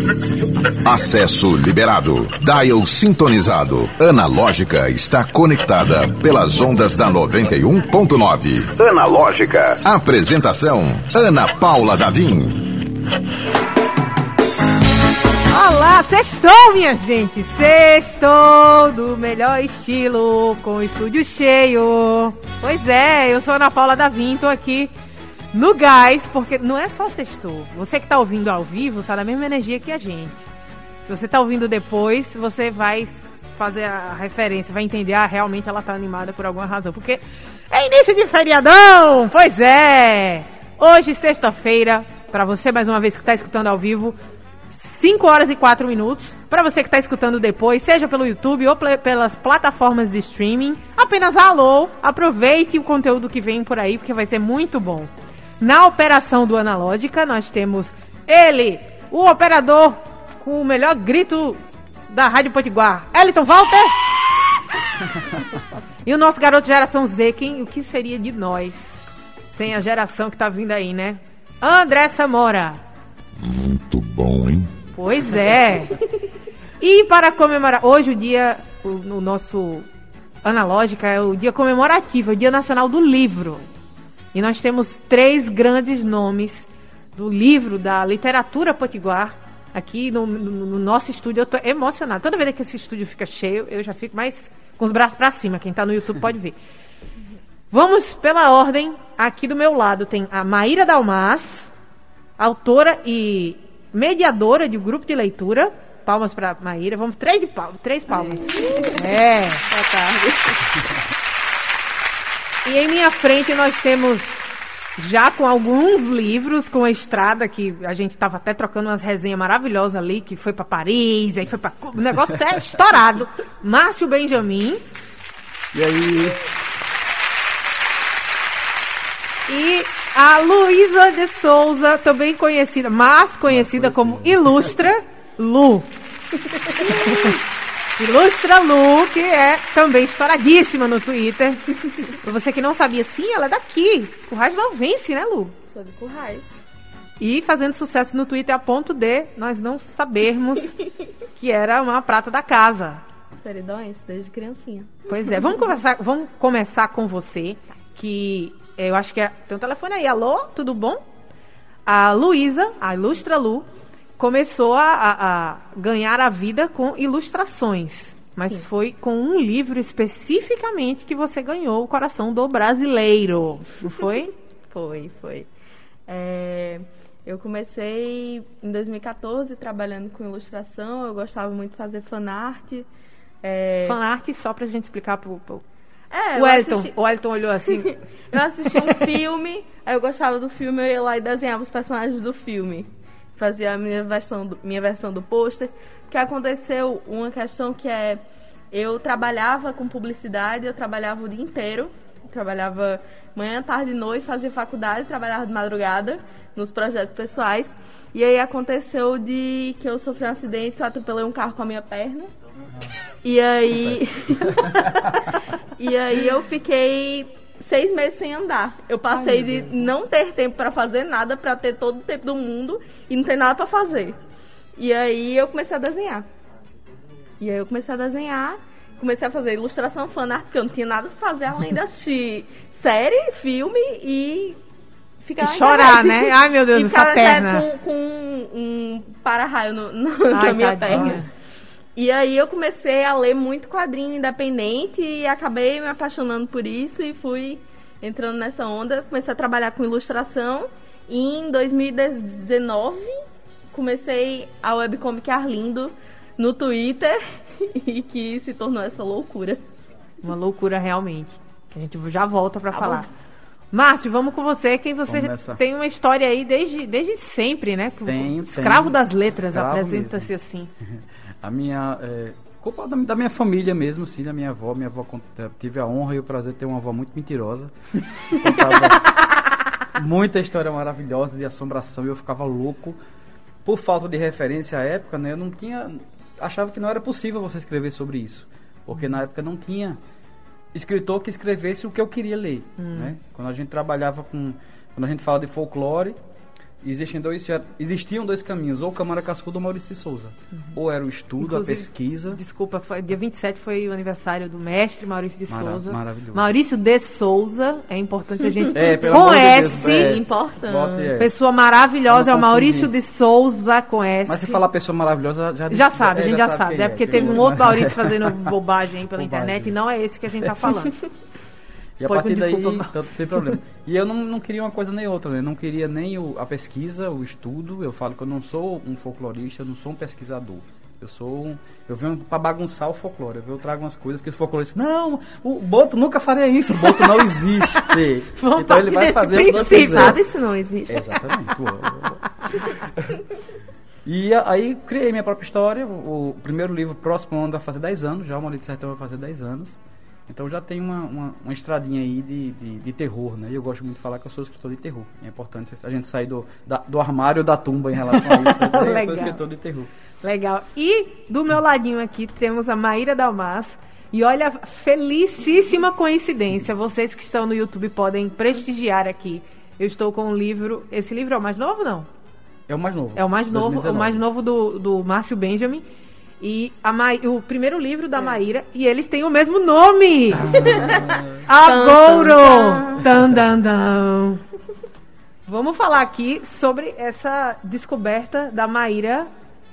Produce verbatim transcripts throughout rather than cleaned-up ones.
Acesso liberado. Dial sintonizado. Analógica está conectada pelas ondas da noventa e um ponto nove. Analógica. Apresentação: Ana Paula Davim. Olá, sextou, minha gente. Sextou do melhor estilo, com o estúdio cheio. Pois é, eu sou a Ana Paula Davim, tô aqui no gás, porque não é só sextou. Você que tá ouvindo ao vivo tá na mesma energia que a gente. Se você tá ouvindo depois, você vai fazer a referência, vai entender, ah, realmente ela tá animada por alguma razão. Porque é início de feriadão! Pois é! Hoje, sexta-feira, pra você mais uma vez que tá escutando ao vivo, cinco horas e quatro minutos. Pra você que tá escutando depois, seja pelo YouTube ou pelas plataformas de streaming, apenas alô, aproveite o conteúdo que vem por aí, porque vai ser muito bom. Na operação do Analógica, nós temos ele, o operador com o melhor grito da Rádio Potiguar, Eliton Walter. E o nosso garoto geração Z, quem, o que seria de nós sem a geração que tá vindo aí, né? André Samora. Muito bom, hein? Pois é. E para comemorar, hoje o dia, o, o nosso Analógica é o dia comemorativo, é o Dia Nacional do Livro. E nós temos três grandes nomes do livro, da literatura potiguar, aqui no, no, no nosso estúdio. Eu tô emocionada. Toda vez que esse estúdio fica cheio, eu já fico mais com os braços para cima. Quem tá no YouTube pode ver. Vamos pela ordem. Aqui do meu lado tem a Maíra Dalmas, autora e mediadora de um grupo de leitura. Palmas para Maíra. Vamos, três de palmas. Três palmas. É. Boa tarde. E em minha frente nós temos, já com alguns livros, com a Estrada, que a gente estava até trocando umas resenhas maravilhosas ali, que foi para Paris, aí foi para... O negócio é estourado. Márcio Benjamin. E aí? E a Luísa de Souza, também conhecida, mas conhecida como Ilustra Lu. Ilustra Lu, que é também estouradíssima no Twitter. Pra você que não sabia, sim, ela é daqui. Currais Novense, né, Lu? Sou de Currais. E fazendo sucesso no Twitter a ponto de nós não sabermos que era uma prata da casa. Feridões, desde criancinha. Pois é, vamos, conversar, vamos começar com você, que eu acho que é... Tem um telefone aí, alô, tudo bom? A Luísa, a Ilustra Lu, começou a, a, a ganhar a vida com ilustrações, mas Sim. foi com um livro especificamente que você ganhou o coração do brasileiro, não foi? Foi, foi. É, eu comecei em dois mil e catorze trabalhando com ilustração, eu gostava muito de fazer fanart. É... Fanart, só pra gente explicar pro... pro... É, o Elton, assisti... o Elton olhou assim. Eu assisti um filme, aí eu gostava do filme, eu ia lá e desenhava os personagens do filme. Fazia a minha versão do, minha versão do pôster, que aconteceu uma questão que é, eu trabalhava com publicidade, eu trabalhava o dia inteiro, trabalhava manhã, tarde e noite, fazia faculdade, trabalhava de madrugada nos projetos pessoais, e aí aconteceu de que eu sofri um acidente, que eu atropelei um carro com a minha perna, e aí, e aí eu fiquei seis meses sem andar. Eu passei Ai, de não ter tempo para fazer nada, para ter todo o tempo do mundo e não ter nada para fazer. E aí eu comecei a desenhar. E aí eu comecei a desenhar, comecei a fazer ilustração, fanart, porque eu não tinha nada para fazer além de assistir série, filme e ficar e chorar, né? Ai, meu Deus, e essa perna. Com, com um, um para-raio no, no, Ai, na minha tadinha. perna. E aí eu comecei a ler muito quadrinho independente e acabei me apaixonando por isso e fui entrando nessa onda. Comecei a trabalhar com ilustração e em dois mil e dezenove comecei a webcomic Arlindo no Twitter e que se tornou essa loucura. Uma loucura realmente. A gente já volta pra tá falar. Bom. Márcio, vamos com você, que você tem uma história aí desde, desde sempre, né? Tem, Escravo tem. das letras, apresenta-se assim. A minha... É, culpa da, da minha família mesmo, assim, da minha avó. Minha avó tive a honra e o prazer de ter uma avó muito mentirosa. Muita história maravilhosa de assombração e eu ficava louco. Por falta de referência à época, né? Eu não tinha... Achava que não era possível você escrever sobre isso. Porque na época não tinha escritor que escrevesse o que eu queria ler, hum. né? Quando a gente trabalhava com... Quando a gente fala de folclore, existem dois, já existiam dois caminhos, ou Câmara Cascudo ou Maurício de Souza. Uhum. Ou era o estudo, inclusive, a pesquisa... Desculpa, foi, dia vinte e sete foi o aniversário do mestre Maurício de Mara, Souza. Maravilhoso. Maurício de Souza, é importante a gente... É, pelo com amor de S, Deus, é, importante. Bote, é. Pessoa maravilhosa, é o Maurício de Souza com S. Mas se falar pessoa maravilhosa, já... Já sabe, é, a gente já, já sabe. É, é porque teve um outro Maurício fazendo bobagem aí pela bobagem. internet e não é esse que a gente tá falando. E a Pode partir daí, desculpa, tanto sem problema. E eu não, não queria uma coisa nem outra, né? Não queria nem o, a pesquisa, o estudo. Eu falo que eu não sou um folclorista, eu não sou um pesquisador. Eu sou um... Eu venho pra bagunçar o folclore. Eu trago umas coisas que os folcloristas... Não, o Boto nunca faria isso. O Boto não existe. Então ele vai fazer o que você sabe se não existe. Exatamente. E aí criei minha própria história. O, o primeiro livro, próximo ano, vai fazer dez anos. Já o Maldito Sertão vai fazer dez anos. Então já tem uma, uma, uma estradinha aí de, de, de terror, né? E eu gosto muito de falar que eu sou escritor de terror. É importante a gente sair do, da, do armário da tumba em relação a isso. Né? Eu sou escritor de terror. Legal. E do meu ladinho aqui temos a Maíra Dalmas. E olha, felicíssima coincidência. Vocês que estão no YouTube podem prestigiar aqui. Eu estou com um livro... Esse livro é o mais novo, não? É o mais novo. É o mais novo, dois mil e dezenove. o mais novo do, do Márcio Benjamin. E a Ma... o primeiro livro da é. Maíra, e eles têm o mesmo nome! Ah. Agouro! Dan, dan, dan. Vamos falar aqui sobre essa descoberta da Maíra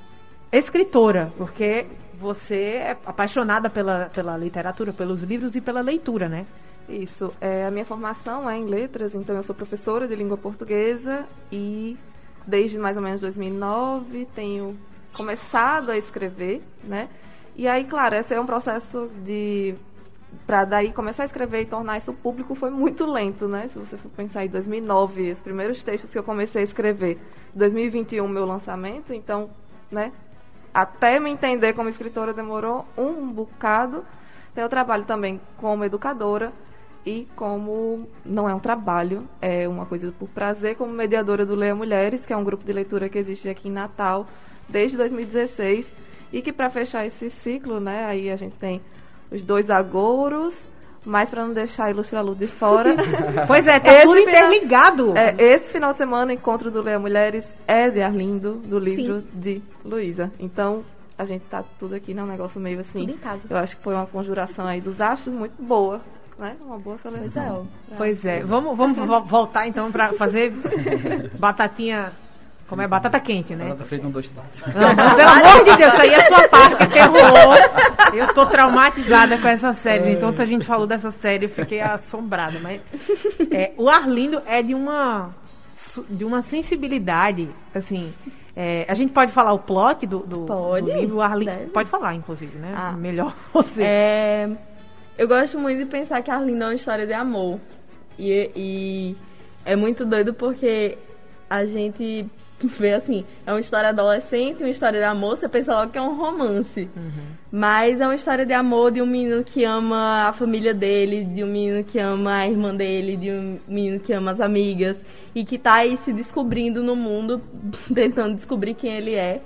escritora, porque você é apaixonada pela, pela literatura, pelos livros e pela leitura, né? Isso. É, a minha formação é em letras, então eu sou professora de língua portuguesa e desde mais ou menos dois mil e nove tenho começado a escrever, né? E aí, claro, esse é um processo de... Para daí começar a escrever e tornar isso público foi muito lento, né? Se você for pensar em dois mil e nove, os primeiros textos que eu comecei a escrever, dois mil e vinte e um, meu lançamento, então, né? Até me entender como escritora demorou um bocado. Então, eu trabalho também como educadora e como... Não é um trabalho, é uma coisa por prazer, como mediadora do Leia Mulheres, que é um grupo de leitura que existe aqui em Natal desde dois mil e dezesseis, e que para fechar esse ciclo, né, aí a gente tem os dois agouros, mas para não deixar a Ilustra-Lu de fora. Pois é, tá esse tudo final, interligado. É, esse final de semana, o Encontro do Leia Mulheres é de Arlindo, do livro Sim. de Luísa. Então, a gente tá tudo aqui num negócio meio assim. Tudo em casa. Eu acho que foi uma conjuração aí dos astros muito boa, né? Uma boa seleção. Pois é. Vamos, vamos vo- voltar então para fazer batatinha... Como é? Batata quente, né? Batata frita, um, dois, três. Não, não, pelo amor de Deus, isso aí é sua parte, que terror. Eu tô traumatizada com essa série. Então, a gente falou dessa série, eu fiquei assombrada. Mas é, o Arlindo é de uma, de uma sensibilidade, assim... É, a gente pode falar o plot do, do, pode, do livro? O Arlindo, deve. pode falar, inclusive, né? Ah. Melhor você. É, eu gosto muito de pensar que Arlindo é uma história de amor. E, e é muito doido porque a gente... vê assim, é uma história adolescente, uma história de amor, você pensa logo que é um romance. Uhum. Mas é uma história de amor de um menino que ama a família dele, de um menino que ama a irmã dele, de um menino que ama as amigas e que tá aí se descobrindo no mundo, tentando descobrir quem ele é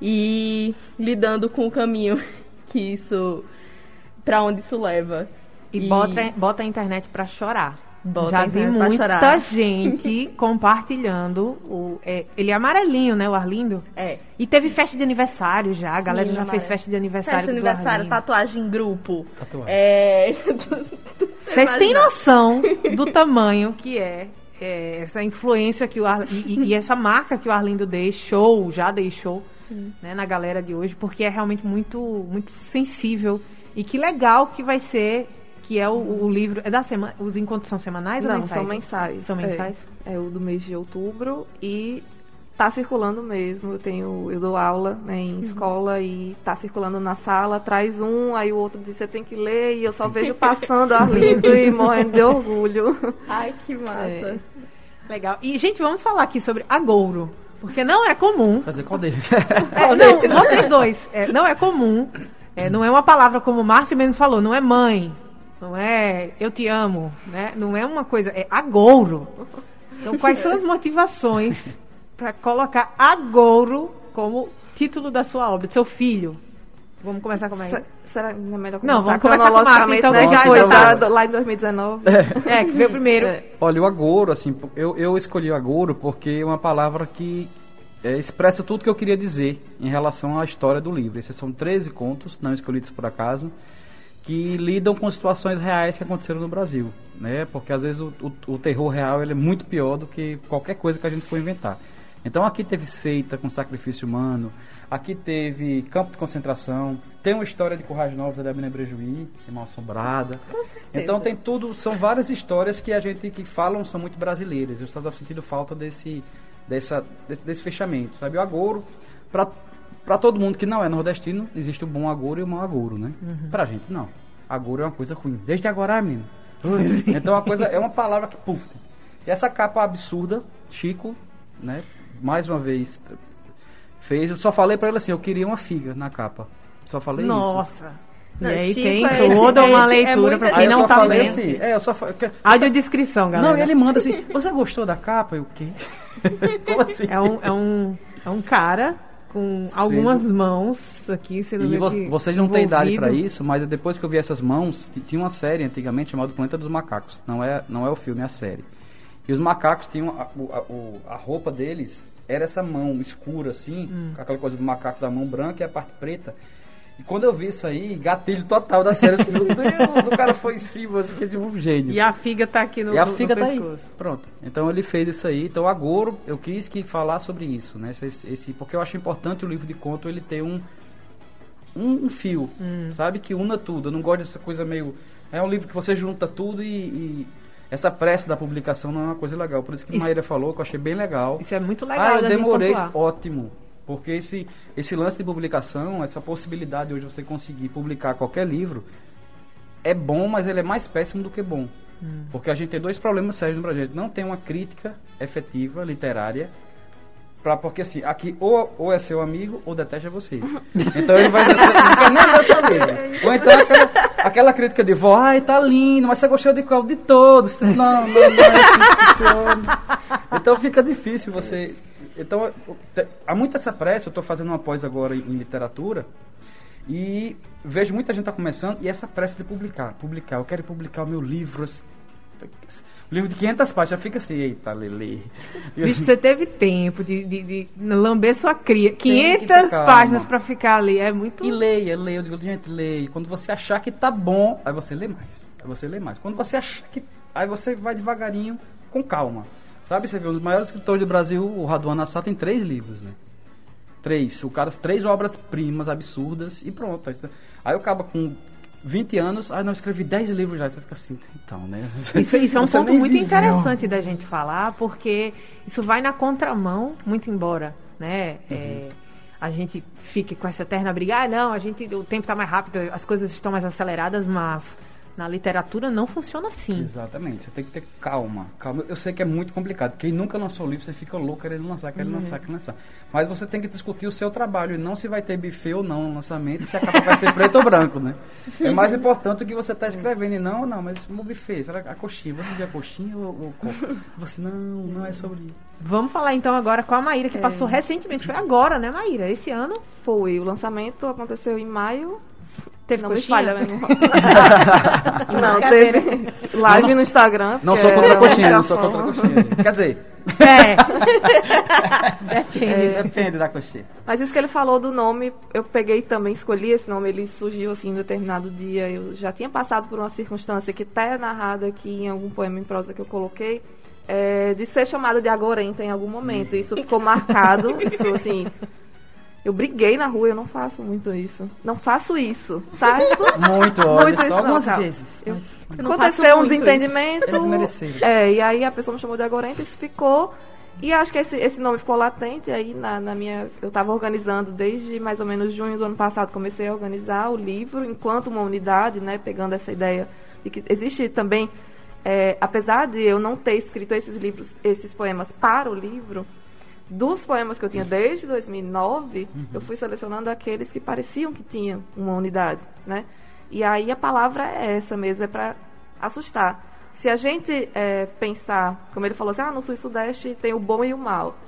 e lidando com o caminho que isso, pra onde isso leva. E, e... Bota, bota a internet pra chorar. Bota Já vi muita gente compartilhando. O, é, ele é amarelinho, né, o Arlindo? É. E teve festa de aniversário já. A galera Sim, já amarelo. fez festa de aniversário. Festa de do aniversário, Arlindo. tatuagem em grupo. Tatuagem. É... Vocês têm noção do tamanho que é, é essa influência que o Ar, e, e essa marca que o Arlindo deixou, já deixou, né, na galera de hoje, porque é realmente muito, muito sensível. E que legal que vai ser. Que é o, o livro... É da semana... Os encontros são semanais Não, ou mensais? são mensais. São mensais? É, é o do mês de outubro e tá circulando mesmo. Eu tenho... Eu dou aula, né, em uhum. escola e tá circulando na sala. Traz um, aí o outro diz, você tem que ler. E eu só vejo passando Arlindo e morrendo de orgulho. Ai, que massa. É. Legal. E, gente, vamos falar aqui sobre agouro. Porque não é comum... Quer dizer, qual deles? É, não, vocês dois. É, não é comum. É, não é uma palavra como o Márcio mesmo falou. Não é mãe. Não é eu te amo, né? Não é uma coisa, é agouro. Então, quais são as motivações para colocar agouro como título da sua obra, do seu filho? Vamos começar com a Maíra? Se- Será que não é melhor começar Não, vamos começar com a Márcia, cronologicamente, então, né? que já- Foi já tá- dado lá em dois mil e dezenove. É, que veio primeiro. É. Olha, o agouro, assim, eu, eu escolhi o agouro porque é uma palavra que é, expressa tudo que eu queria dizer em relação à história do livro. Esses são treze contos, não escolhidos por acaso, que lidam com situações reais que aconteceram no Brasil, né? Porque às vezes o, o, o terror real ele é muito pior do que qualquer coisa que a gente for inventar. Então aqui teve seita com sacrifício humano, aqui teve campo de concentração, tem uma história de Currais Novos da Mina Brejuí, de Mal Assombrada. Com certeza. Então tem tudo, são várias histórias que a gente que falam são muito brasileiras. Eu só estou sentindo falta desse, dessa, desse, desse fechamento, sabe? O agouro, para para todo mundo que não é nordestino, existe o bom agouro e o mau agouro, né? Uhum. Pra gente não. Agouro é uma coisa ruim. Desde agora, menino. Então a coisa é uma palavra que puf. E essa capa absurda, Chico, né? Mais uma vez fez. Eu só falei pra ele assim, eu queria uma figa na capa. Só falei Nossa. isso. Não, e aí Chico tem é esse- toda uma é leitura muita- pra Aí quem eu não só tá falei vendo. assim, é, eu só fa- que- Audiodescrição, galera. Não, e ele manda assim, você gostou da capa? Eu, o quê? Como assim? É um, é um, é um cara com Sim. algumas mãos aqui, sendo E vo- que vocês não têm idade envolvido. pra isso, mas depois que eu vi essas mãos, t- tinha uma série antigamente chamada Planeta dos Macacos. Não é, não é o filme, é a série. E os macacos tinham a, o- a, o- a roupa deles era essa mão escura assim, Hum. com aquela coisa do macaco da mão branca e a parte preta. E quando eu vi isso aí, gatilho total da série, assim, meu Deus, o cara foi em cima, assim, que é de um gênio. E a figa tá aqui no, E a no- figa no tá aí. pescoço. Pronto. Então ele fez isso aí. Então agora eu quis que falar sobre isso, né? Esse, esse- porque eu acho importante o livro de conto ele ter um um, um fio, Hum. sabe? Que una tudo. Eu não gosto dessa coisa meio... É um livro que você junta tudo e... e essa pressa da publicação não é uma coisa legal. Por isso que a Isso- Maíra falou, que eu achei bem legal. Isso é muito legal Ah, eu da gente demorei, pontuar. ótimo. Porque esse, esse lance de publicação, essa possibilidade de hoje você conseguir publicar qualquer livro, é bom, mas ele é mais péssimo do que bom. Hum. Porque a gente tem dois problemas sérios no Brasil. A gente não tem uma crítica efetiva, literária, pra, porque assim, aqui ou, ou é seu amigo ou detesta você. Então ele vai dizer, não quer nem ler seu livro. Ou então aquela, aquela crítica de vó, ai, tá lindo, mas você gostou de qual? De todos. Não, não, não é assim que funciona. Então fica difícil você... Então, te- há muita essa pressa, eu estou fazendo uma pós agora em, em literatura, e vejo muita gente tá começando, e essa pressa de publicar, publicar, eu quero publicar o meu livro, esse- um livro de quinhentas páginas, já fica assim, eita, Lelê. Bicho, você teve tempo de, de, de lamber sua cria. Tem que ter quinhentas calma. páginas pra ficar ali. É muito. E leia, leia, eu digo, gente, leia. Quando você achar que tá bom, aí você lê mais. Aí você lê mais. Quando você achar que... Aí você vai devagarinho, com calma. Sabe, você vê, um dos maiores escritores do Brasil, o Raduan Assar, tem três livros, né? Três. O cara, três obras-primas absurdas e pronto. Aí eu acabo com vinte anos, ah, não, eu escrevi dez livros já. Você fica assim, então, né? Isso, isso é um Você ponto nem muito viveu. interessante da gente falar, porque isso vai na contramão, muito embora, né? Uhum. é, a gente fique com essa eterna briga, ah, não, a gente, o tempo está mais rápido, as coisas estão mais aceleradas, mas na literatura não funciona assim. Exatamente, você tem que ter calma, calma. Eu sei que é muito complicado. Quem nunca lançou livro, você fica louco querendo lançar, querendo lançar, querendo lançar. Mas você tem que discutir o seu trabalho, e não se vai ter buffet ou não no lançamento, se a capa vai ser preto ou branco, né? É mais importante o que você está escrevendo, e não, não, mas o buffet, será a coxinha, você quer a coxinha ou o copo? Você, não, não é sobre isso. Vamos falar então agora com a Maíra, que É. passou recentemente, foi agora, né, Maíra? Esse ano. Foi, o lançamento aconteceu em maio. Teve Não me coxinha? falha mesmo. Não, teve live Não, no Instagram. Não que sou contra a era coxinha, única não sou contra a forma. coxinha. Quer dizer, É. Depende. depende da coxinha. Mas isso que ele falou do nome, eu peguei também, escolhi esse nome, ele surgiu assim em determinado dia. Eu já tinha passado por uma circunstância que até é narrada aqui em algum poema em prosa que eu coloquei, é, de ser chamada de agorenta em algum momento. Isso ficou marcado, isso assim... Eu briguei na rua, eu não faço muito isso. Não faço isso, sabe? Muito, olha, Muito só isso não, algumas calma. vezes. Eu- mas- Eu não Aconteceu faço um muito desentendimento. Eles mereceram. É, e aí a pessoa me chamou de agorenta, isso ficou. E acho que esse, esse nome ficou latente aí na, na minha. Eu estava organizando desde mais ou menos junho do ano passado, comecei a organizar o livro enquanto uma unidade, né? Pegando essa ideia de que existe também. É, apesar de eu não ter escrito esses livros, esses poemas para o livro, dos poemas que eu tinha desde dois mil e nove, Uhum. eu fui selecionando aqueles que pareciam que tinham uma unidade, né? E aí a palavra é essa mesmo, é para assustar. Se a gente é, pensar, como ele falou assim, ah, no sul e sudeste tem o bom e o mal.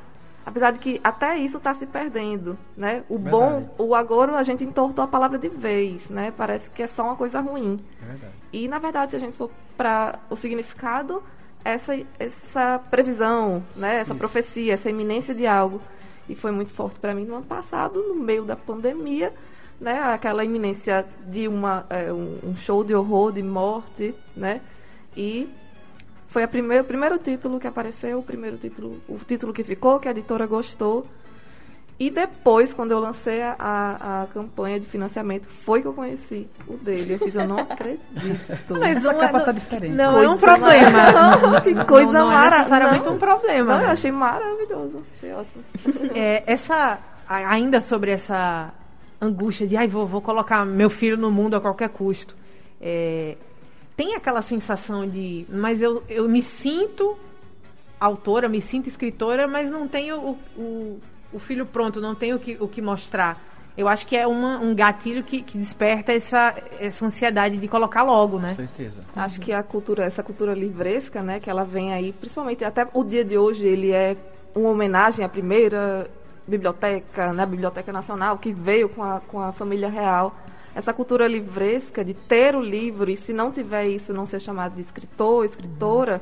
Apesar de que até isso está se perdendo, né? O Verdade. bom, o agora a gente entortou a palavra de vez, né? Parece que é só uma coisa ruim. É verdade. E, na verdade, se a gente for para o significado, essa, essa previsão, né? Essa Isso. profecia, essa iminência de algo. E foi muito forte para mim no ano passado, no meio da pandemia, né? Aquela iminência de uma, é, um, um show de horror, de morte, né? E foi a primeir, o primeiro título que apareceu, o primeiro título, o título que ficou, que a editora gostou. E depois, quando eu lancei a, a, a campanha de financiamento, foi que eu conheci o dele. Eu fiz, eu não acredito. Mas Essa não capa é, tá diferente. Não, Coisa é um problema. mara- Que coisa não, não é mara- necessariamente não. um problema. Não, eu né? achei maravilhoso. Achei ótimo. É, essa, a- ainda sobre essa angústia de, ai, vou, vou colocar meu filho no mundo a qualquer custo. É, tem aquela sensação de, mas eu, eu me sinto autora, me sinto escritora, mas não tenho o, o, o filho pronto, não tenho o que, o que mostrar. Eu acho que é uma, um gatilho que, que desperta essa, essa ansiedade de colocar logo, né? Com certeza. Acho que a cultura, essa cultura livresca, né, que ela vem aí, principalmente até o dia de hoje, ele é uma homenagem à primeira biblioteca, né, Biblioteca Nacional, que veio com a, com a família real. Essa cultura livresca de ter o livro e se não tiver isso, não ser chamado de escritor, escritora,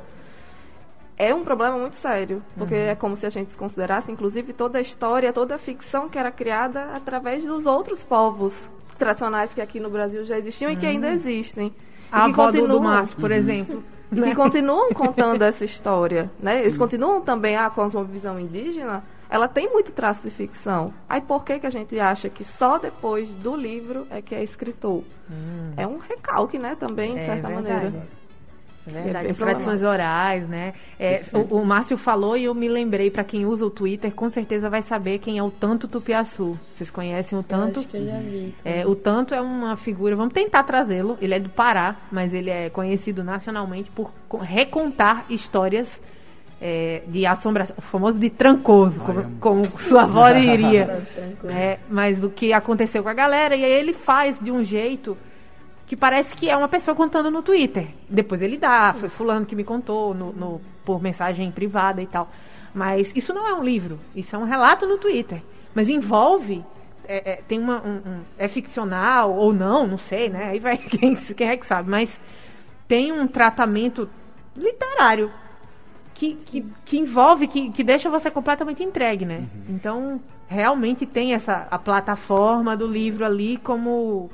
é um problema muito sério, porque é como se a gente desconsiderasse, inclusive, toda a história, toda a ficção que era criada através dos outros povos tradicionais que aqui no Brasil já existiam e que ainda existem. A e que avó do, do continuam, Márcio, por exemplo. e que continuam contando essa história, né? Eles continuam também, ah, com uma visão indígena, ela tem muito traço de ficção. Aí por que que a gente acha que só depois do livro é que é escritor? Hum. É um recalque, né, também, de É certa verdade. maneira. É verdade, bem as tradições orais, né? É, o, o Márcio falou e eu me lembrei, para quem usa o Twitter, com certeza vai saber quem é o Tanto Tupiaçu. Vocês conhecem o Tanto? Eu acho que eu já vi. É, o Tanto é uma figura, vamos tentar trazê-lo, ele é do Pará, mas ele é conhecido nacionalmente por co- recontar histórias é, de assombração, o famoso de trancoso, como, como sua avó diria. É, mas do que aconteceu com a galera, e aí ele faz de um jeito que parece que é uma pessoa contando no Twitter. Depois ele dá, foi fulano que me contou no, no, por mensagem privada e tal. Mas isso não é um livro, isso é um relato no Twitter. Mas envolve, é, é, tem uma, um, um, é ficcional ou não, não sei, né? Aí vai quem, quem é que sabe. Mas tem um tratamento literário que, que, que envolve, que, que deixa você completamente entregue, né? Uhum. Então, realmente tem essa, a plataforma do livro ali como...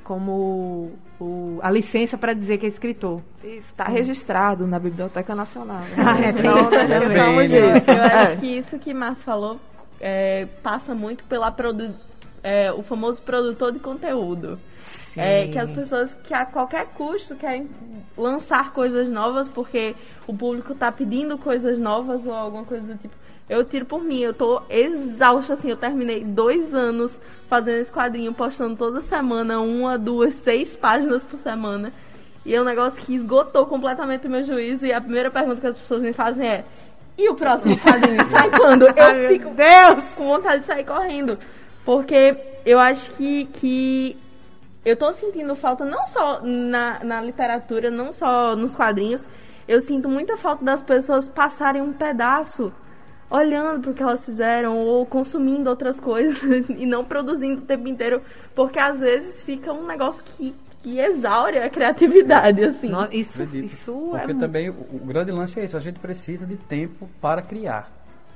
como o, a licença para dizer que é escritor. Isso, está registrado na Biblioteca Nacional. Né? Ah, é, então, nós Também, precisamos né? disso. Eu acho É. que isso que Márcio falou é, passa muito pela produ é, o famoso produtor de conteúdo. É, que as pessoas que a qualquer custo querem lançar coisas novas porque o público está pedindo coisas novas ou alguma coisa do tipo. Eu tiro por mim, eu tô exausta, assim, eu terminei dois anos fazendo esse quadrinho, postando toda semana, uma, duas, seis páginas por semana. E é um negócio que esgotou completamente o meu juízo. E a primeira pergunta que as pessoas me fazem é: e o próximo quadrinho? Sai quando? Eu Ai, fico, meu Deus! com vontade de sair correndo. Porque eu acho que, que eu tô sentindo falta, não só na, na literatura, não só nos quadrinhos, eu sinto muita falta das pessoas passarem um pedaço olhando para o que elas fizeram ou consumindo outras coisas e não produzindo o tempo inteiro, porque às vezes fica um negócio que, que exaure a criatividade, assim. Nossa, isso, Acredito. isso Porque é... também o, o grande lance é isso, a gente precisa de tempo para criar.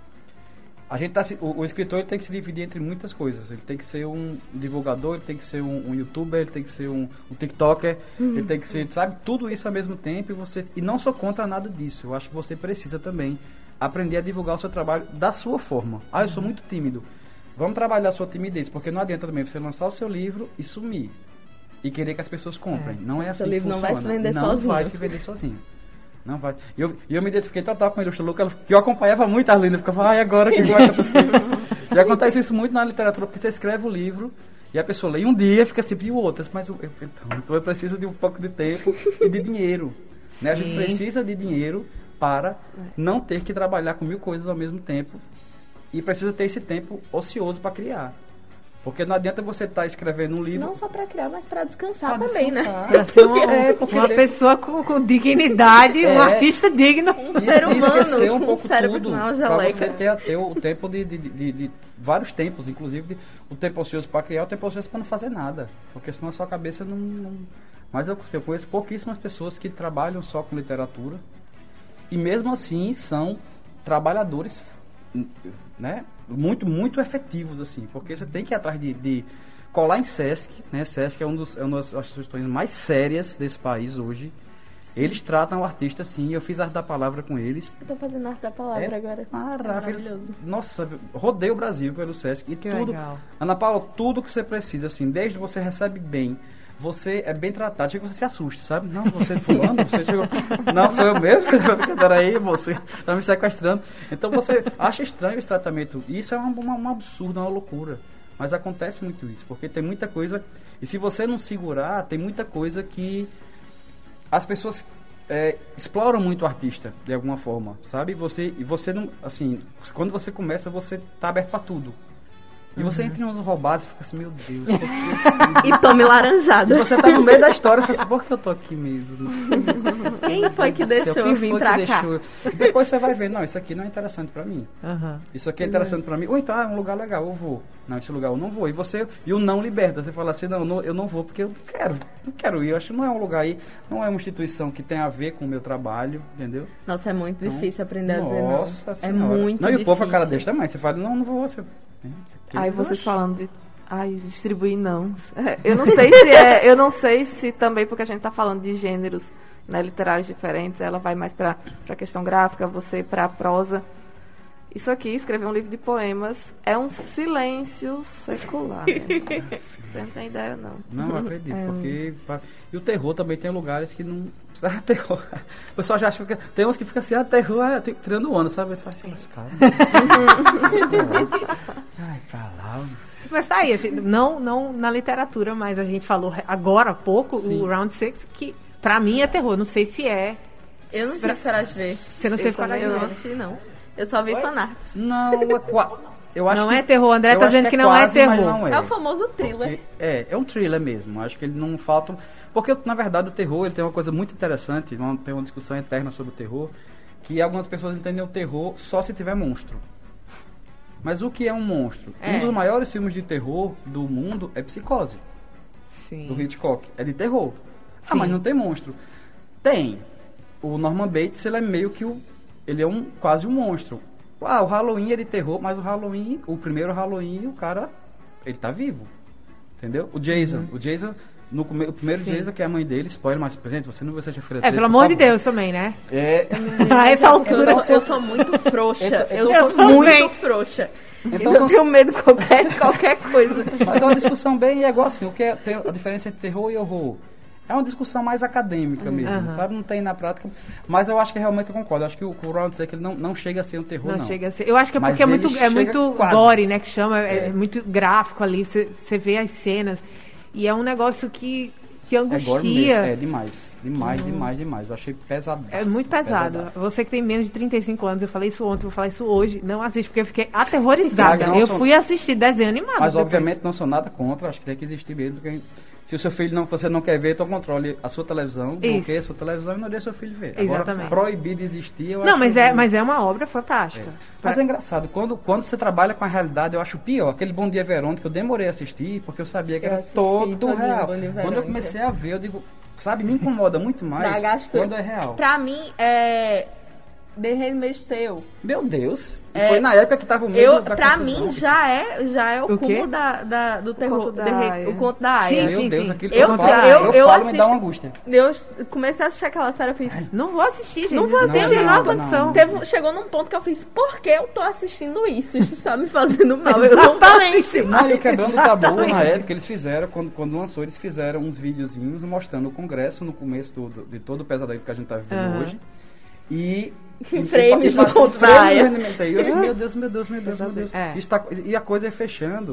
A gente tá, se- o, o escritor ele tem que se dividir entre muitas coisas. Ele tem que ser um divulgador, ele tem que ser um, um youtuber, ele tem que ser um, um tiktoker, ele tem que ser, sabe, tudo isso ao mesmo tempo. E, você, e não sou contra nada disso. Eu acho que você precisa também aprender a divulgar o seu trabalho da sua forma. Ah, eu sou muito tímido. Vamos trabalhar a sua timidez, porque não adianta também você lançar o seu livro e sumir. E querer que as pessoas comprem. Não é assim Seu que livro não vai funciona. se vender não sozinho. vai se vender sozinho. Não vai. E eu, e eu me identifiquei total com a Ilustra Louca, que eu acompanhava muito a Arlinda, eu ficava, ai, agora o que vai acontecer? E acontece isso muito na literatura, porque você escreve o livro e a pessoa lê um dia, fica assim, e o outro? Mas eu, eu, então, então eu preciso de um pouco de tempo e de dinheiro. Né? A gente precisa de dinheiro para não ter que trabalhar com mil coisas ao mesmo tempo e precisa ter esse tempo ocioso para criar. Porque não adianta você estar tá escrevendo um livro... Não só para criar, mas para descansar pra também, descansar. né? Para ser uma, É, porque uma ele- pessoa com, com dignidade, É. um artista digno. Um E- ser e humano, esquecer um com pouco cérebro tudo, que não é uma para geleca. você ter, ter o tempo de, de, de, de- de vários tempos, inclusive de- o tempo ocioso para criar, o tempo ocioso para não fazer nada, porque senão a sua cabeça não... não... Mas eu, eu conheço pouquíssimas pessoas que trabalham só com literatura e mesmo assim são trabalhadores, né, muito, muito efetivos, assim, porque você tem que ir atrás de... de colar em Sesc, né? Sesc é, um dos, é uma das instituições mais sérias desse país hoje. Eles tratam o artista assim. Eu fiz arte da palavra com eles. Eu tô fazendo arte da palavra É agora. maravilhoso. Nossa, rodei o Brasil pelo Sesc. E Que tudo, legal. Ana Paula, tudo que você precisa, assim, desde você recebe bem, você é bem tratado, chega que você se assuste, sabe? Não, você é fulano, você chegou. Não, sou eu mesmo, peraí, você tá me sequestrando. Então você acha estranho esse tratamento. Isso é um, uma, um absurdo, uma loucura. Mas acontece muito isso, porque tem muita coisa... E se você não segurar, tem muita coisa que as pessoas é, exploram muito o artista, de alguma forma, sabe? Você, e você não... Assim, quando você começa, você tá aberto para tudo. E você entra em uns roubados e fica assim, meu Deus... por que eu- E tome E laranjada. você tá no meio da história e fala assim, por que eu tô aqui mesmo? Quem foi que deixou Quem eu vir foi que pra cá? deixou? E depois você vai ver, não, isso aqui não é interessante pra mim. Aham. Isso aqui é interessante pra mim. Ou então, ah, é um lugar legal, eu vou. Não, esse lugar eu não vou. E você, e o não liberta. Você fala assim, não, não, eu não vou porque eu não quero. Não quero ir. Eu acho que não é um lugar aí, não é uma instituição que tem a ver com o meu trabalho, entendeu? Nossa, é muito Então, difícil aprender a dizer não. Nossa É Senhora. muito Não, e difícil. o povo a cara desse também. Você fala, não, não vou. Você... Aí vocês falando de ai, distribuir não. É, eu não sei se é, eu não sei se também porque a gente está falando de gêneros, né, literários diferentes, ela vai mais para a questão gráfica, você para a prosa. Isso aqui, escrever um livro de poemas, é um silêncio secular. Né? Você não tem ideia, não. Não, eu acredito, É. porque... pa- E o terror também tem lugares que não... Ah, terror. O pessoal já acha que... Tem uns que ficam assim, ah, terror é tem- tirando o ano, sabe? Você vai se lascar. Ai, pra lá... Mas tá aí, a gente- não, não na literatura, mas a gente falou agora há pouco, Sim. o Round Six, que pra mim é terror. Não sei se é. Eu não tive coragem de ver. Você não Eu teve também coragem Eu de não ver. assisti, não. Eu só vi fanarts. Não, é qua... Eu acho Não que... é terror. André eu tá acho dizendo que não é quase, mas terror. não É o famoso thriller. Porque- é, é um thriller mesmo. Acho que ele não falta... Porque, na verdade, o terror ele tem uma coisa muito interessante, uma- tem uma discussão eterna sobre o terror, que algumas pessoas entendem o terror só se tiver monstro. Mas o que é um monstro? É. Um dos maiores filmes de terror do mundo é Psicose, do Sim. Hitchcock. É de terror. Ah, Sim. mas não tem monstro. Tem. O Norman Bates, ele é meio que o... Ele é um, quase um monstro. Ah, o Halloween é de terror, mas o Halloween, o primeiro Halloween, o cara, ele tá vivo. Entendeu? O Jason, o Jason, no come, o primeiro Sim. Jason, que é a mãe dele, spoiler, mas, por exemplo, você não viu Sexta-feira É, treze, pelo por amor de favor. Deus também, né? É, A essa Eu, altura. sou- eu sou muito frouxa. Eu- Eu, eu sou também. muito frouxa. Então eu são- tenho medo de qualquer, qualquer coisa. mas é uma discussão bem, é igual assim, o que é tem a diferença entre terror e horror? É uma discussão mais acadêmica mesmo, Aham. sabe? Não tem na prática. Mas eu acho que realmente eu concordo. Eu acho que o, o Round Six ele não, não chega a ser um terror, Não, não. chega a ser. Eu acho que é Mas porque é ele muito, é chega muito quase. gore, né? Que chama. É, É. muito gráfico ali. Você você vê as cenas. E é um negócio que, que É gore mesmo. angustia. É demais. Demais, demais, demais. Eu achei pesado. É muito pesado. Você que tem menos de trinta e cinco anos, eu falei isso ontem, vou falar isso hoje. Não assiste, porque eu fiquei aterrorizada. Não, Eu são- fui assistir desenho animado. Mas depois. obviamente não sou nada contra, acho que tem que existir mesmo. Porque se o seu filho não, você não quer ver, então controle a sua televisão, bloqueie a sua televisão e não deixe seu filho ver. Agora, Exatamente. proibir de existir, eu Não, acho mas é, que- mas é uma obra fantástica. Mas é engraçado, quando, quando você trabalha com a realidade, eu acho pior. Aquele Bom Dia Verônica, eu demorei a assistir, porque eu sabia que Eu era assisti todo todinho, real. Bom Dia Quando eu Verônica. comecei a ver, eu digo, sabe, me incomoda muito mais Da gastura. quando é real. Pra mim, é... The Handmaid's Tale. Meu Deus, e É, foi na época que tava o medo Eu, da pra confusão. mim, já é, já é o, O quê? cúmulo da, da- do terror. conto da The Hand- Aya. o conto da Sim, Aya. Meu sim, Deus, sim. aquilo Eu- que eu falo, eu- eu, eu falo me dá assisti- uma angústia. Eu comecei a assistir aquela série, eu fiz... Não vou assistir, gente. Não vou assistir, Não, não, não, não, condição. não. Teve, um- chegou num ponto que eu fiz, por que eu tô assistindo isso? Isso está me fazendo mal. Eu não vou assistir Não, e o mais. Quebrando o Tabu, na época, eles fizeram, quando, quando lançou, eles fizeram uns videozinhos mostrando o Congresso no começo do, do- de todo o pesadelo que a gente tá vivendo Aham. hoje. E... Em frames e, do passando conto da frames Aya. do rendimento aí. Eu assim, meu Deus, meu Deus, meu Deus, meu Deus. É. Isso tá- e a coisa é fechando.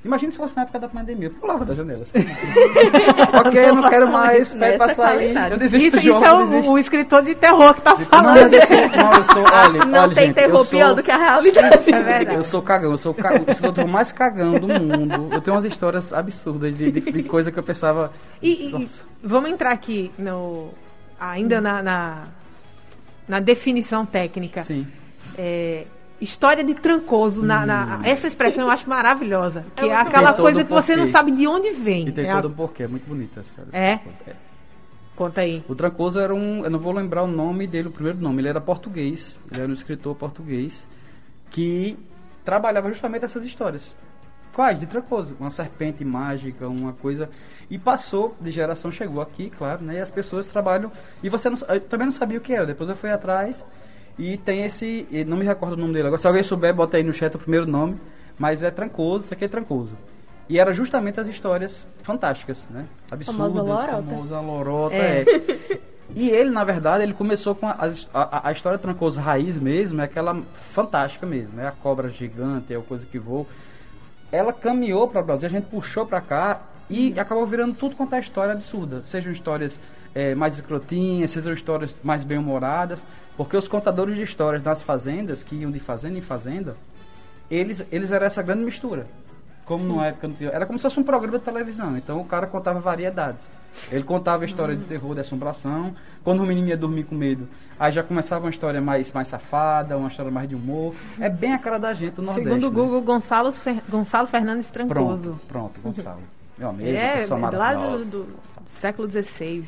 Imagina se fosse na época da pandemia, eu pulava da janela. Assim. Ok, eu não quero mais, pede pra sair, eu desisto Isso, do isso é o, o escritor de terror que tá Não, falando. mas eu sou, não, eu sou, olha, Não olha, tem gente, terror eu sou, pior do que a realidade. É verdade. eu sou cagão, eu sou o ca- o escritor mais cagão do mundo. Eu tenho umas histórias absurdas de, de, de coisa que eu pensava... E, e Nossa. vamos entrar aqui no, ainda na, na, na definição técnica. Sim. É, história de Trancoso, na, na- essa expressão eu acho maravilhosa. Que é, Tem aquela todo coisa um que você não porquê. sabe de onde vem. E tem É a- todo um porquê, é muito bonita essa história. É? do Trancoso, é. Conta aí. O Trancoso era um, eu não vou lembrar o nome dele, o primeiro nome, ele era português, ele era um escritor português que trabalhava justamente essas histórias. Quais? De Trancoso, uma serpente mágica, uma coisa... E passou de geração, chegou aqui, claro, né? E as pessoas trabalham... E você não, eu também não sabia o que era, depois eu fui atrás e tem esse... e não me recordo o nome dele agora, se alguém souber, bota aí no chat o primeiro nome, mas é Trancoso, isso aqui é Trancoso. E era justamente as histórias fantásticas, né? Absurdas, Famosa lorota. famosa lorota, É. é. E ele, na verdade, ele começou com a, a, a história Trancoso raiz mesmo, é aquela fantástica mesmo, é a cobra gigante, é a coisa que voa. Ela caminhou para o Brasil, a gente puxou para cá e acabou virando tudo quanto é história absurda. Sejam histórias é, mais escrotinhas, sejam histórias mais bem-humoradas, porque os contadores de histórias nas fazendas, que iam de fazenda em fazenda, eles, eles eram essa grande mistura. Como numa época não tinha, era como se fosse um programa de televisão. Então o cara contava variedades. Ele contava a história de terror, de assombração. Quando o menino ia dormir com medo, aí já começava uma história mais, mais safada, uma história mais de humor. É bem a cara da gente do Nordeste. Segundo o né? Google, Gonçalo, Fer... Gonçalo Fernandes Trancoso. Pronto, pronto, Gonçalo. Meu amigo, É, pessoa lá maravilhosa. do, do século dezesseis.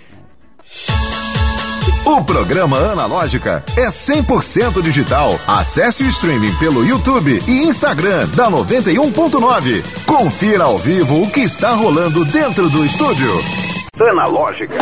O programa Analógica é cem por cento digital. Acesse o streaming pelo YouTube e Instagram da noventa e um ponto nove. Confira ao vivo o que está rolando dentro do estúdio. Analógica.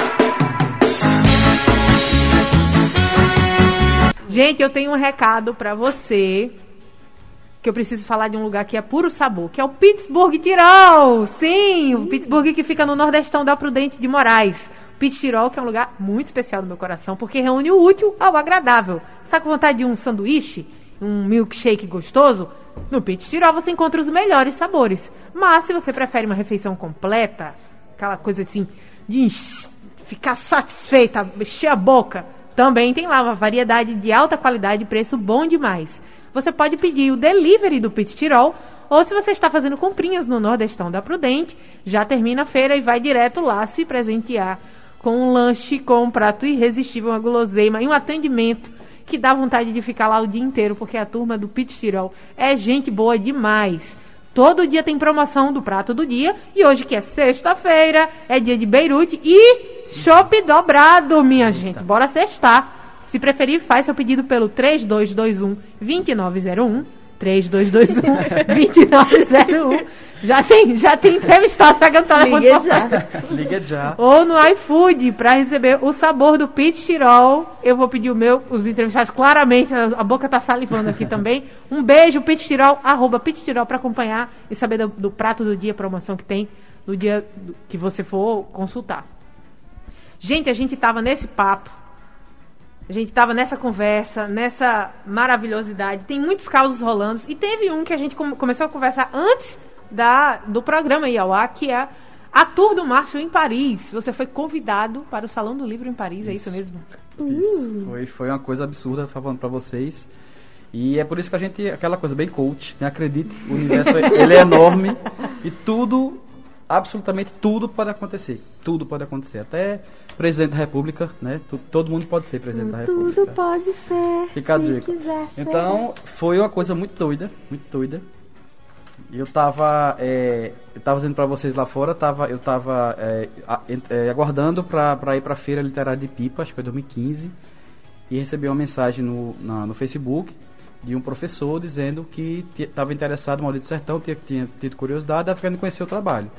Gente, eu tenho um recado pra você, que eu preciso falar de um lugar que é puro sabor, que é o Pittsburgh Tirol. Sim, o Pittsburgh que fica no nordestão da Prudente de Moraes. Pitts Tirol, que é um lugar muito especial no meu coração, porque reúne o útil ao agradável. Está com vontade de um sanduíche, um milkshake gostoso? No Pitts Tirol você encontra os melhores sabores. Mas se você prefere uma refeição completa, aquela coisa assim, de ficar satisfeita, encher a boca, também tem lá uma variedade de alta qualidade e preço bom demais. Você pode pedir o delivery do Pitts Tirol, ou se você está fazendo comprinhas no Nordestão da Prudente, já termina a feira e vai direto lá se presentear com um lanche, com um prato irresistível, uma guloseima e um atendimento que dá vontade de ficar lá o dia inteiro, porque a turma do Pitts Tirol é gente boa demais. Todo dia tem promoção do prato do dia, e hoje, que é sexta-feira, é dia de Beirute e chopp dobrado, minha gente. Bora sextar. Se preferir, faz seu pedido pelo três dois dois um, dois nove zero um, três dois dois um, dois nove zero um. Já tem, já tem entrevistado pegando o telefone. Liga já. Liga já. Ou no iFood, para receber o sabor do Pitts Tirol. Eu vou pedir o meu, os entrevistados claramente, a, a boca tá salivando aqui também. Um beijo, Pitts Tirol, arroba Pitts Tirol, para acompanhar e saber do, do prato do dia, promoção que tem no dia do, que você for consultar. Gente, a gente tava nesse papo, a gente tava nessa conversa, nessa maravilhosidade. Tem muitos causos rolando, e teve um que a gente come, começou a conversar antes Da, do programa aí ao ar, que é a Tour do Márcio em Paris. Você foi convidado para o Salão do Livro em Paris, é isso mesmo? Isso. Foi, foi uma coisa absurda, falando pra vocês. E é por isso que a gente, aquela coisa bem coach, né? Acredite, o universo ele é enorme e tudo, absolutamente tudo pode acontecer. Tudo pode acontecer. Até presidente da República, né? Tu, todo mundo pode ser presidente da República. Tudo pode ser. Fica a se dica. quiser ser. Então, foi uma coisa muito doida, muito doida. E eu tava, é, eu tava dizendo pra vocês lá fora, tava, eu tava é, a, é, aguardando pra, pra ir pra Feira Literária de Pipa, acho que foi dois mil e quinze, e recebi uma mensagem no, na, no Facebook de um professor dizendo que estava interessado no Maldito Sertão, tinha, tinha tido curiosidade, estava querendo conhecer o trabalho.